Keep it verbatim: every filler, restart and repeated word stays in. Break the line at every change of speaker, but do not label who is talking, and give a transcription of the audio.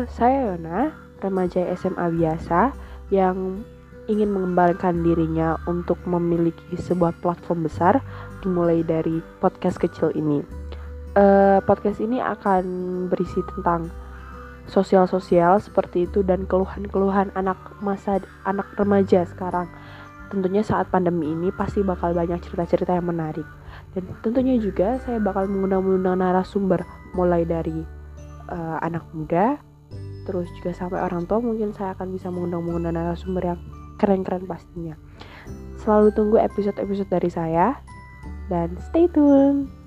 Halo, saya Yona, remaja S M A biasa yang ingin mengembangkan dirinya untuk memiliki sebuah platform besar, dimulai dari podcast kecil ini. Uh, podcast ini akan berisi tentang sosial-sosial seperti itu dan keluhan-keluhan anak masa anak remaja sekarang. Tentunya saat pandemi ini pasti bakal banyak cerita-cerita yang menarik. Dan tentunya juga saya bakal mengundang-undang narasumber mulai dari Uh, anak muda, terus juga sampai orang tua. Mungkin saya akan bisa mengundang-undang narasumber yang keren-keren pastinya. Selalu tunggu episode-episode dari saya dan stay tune.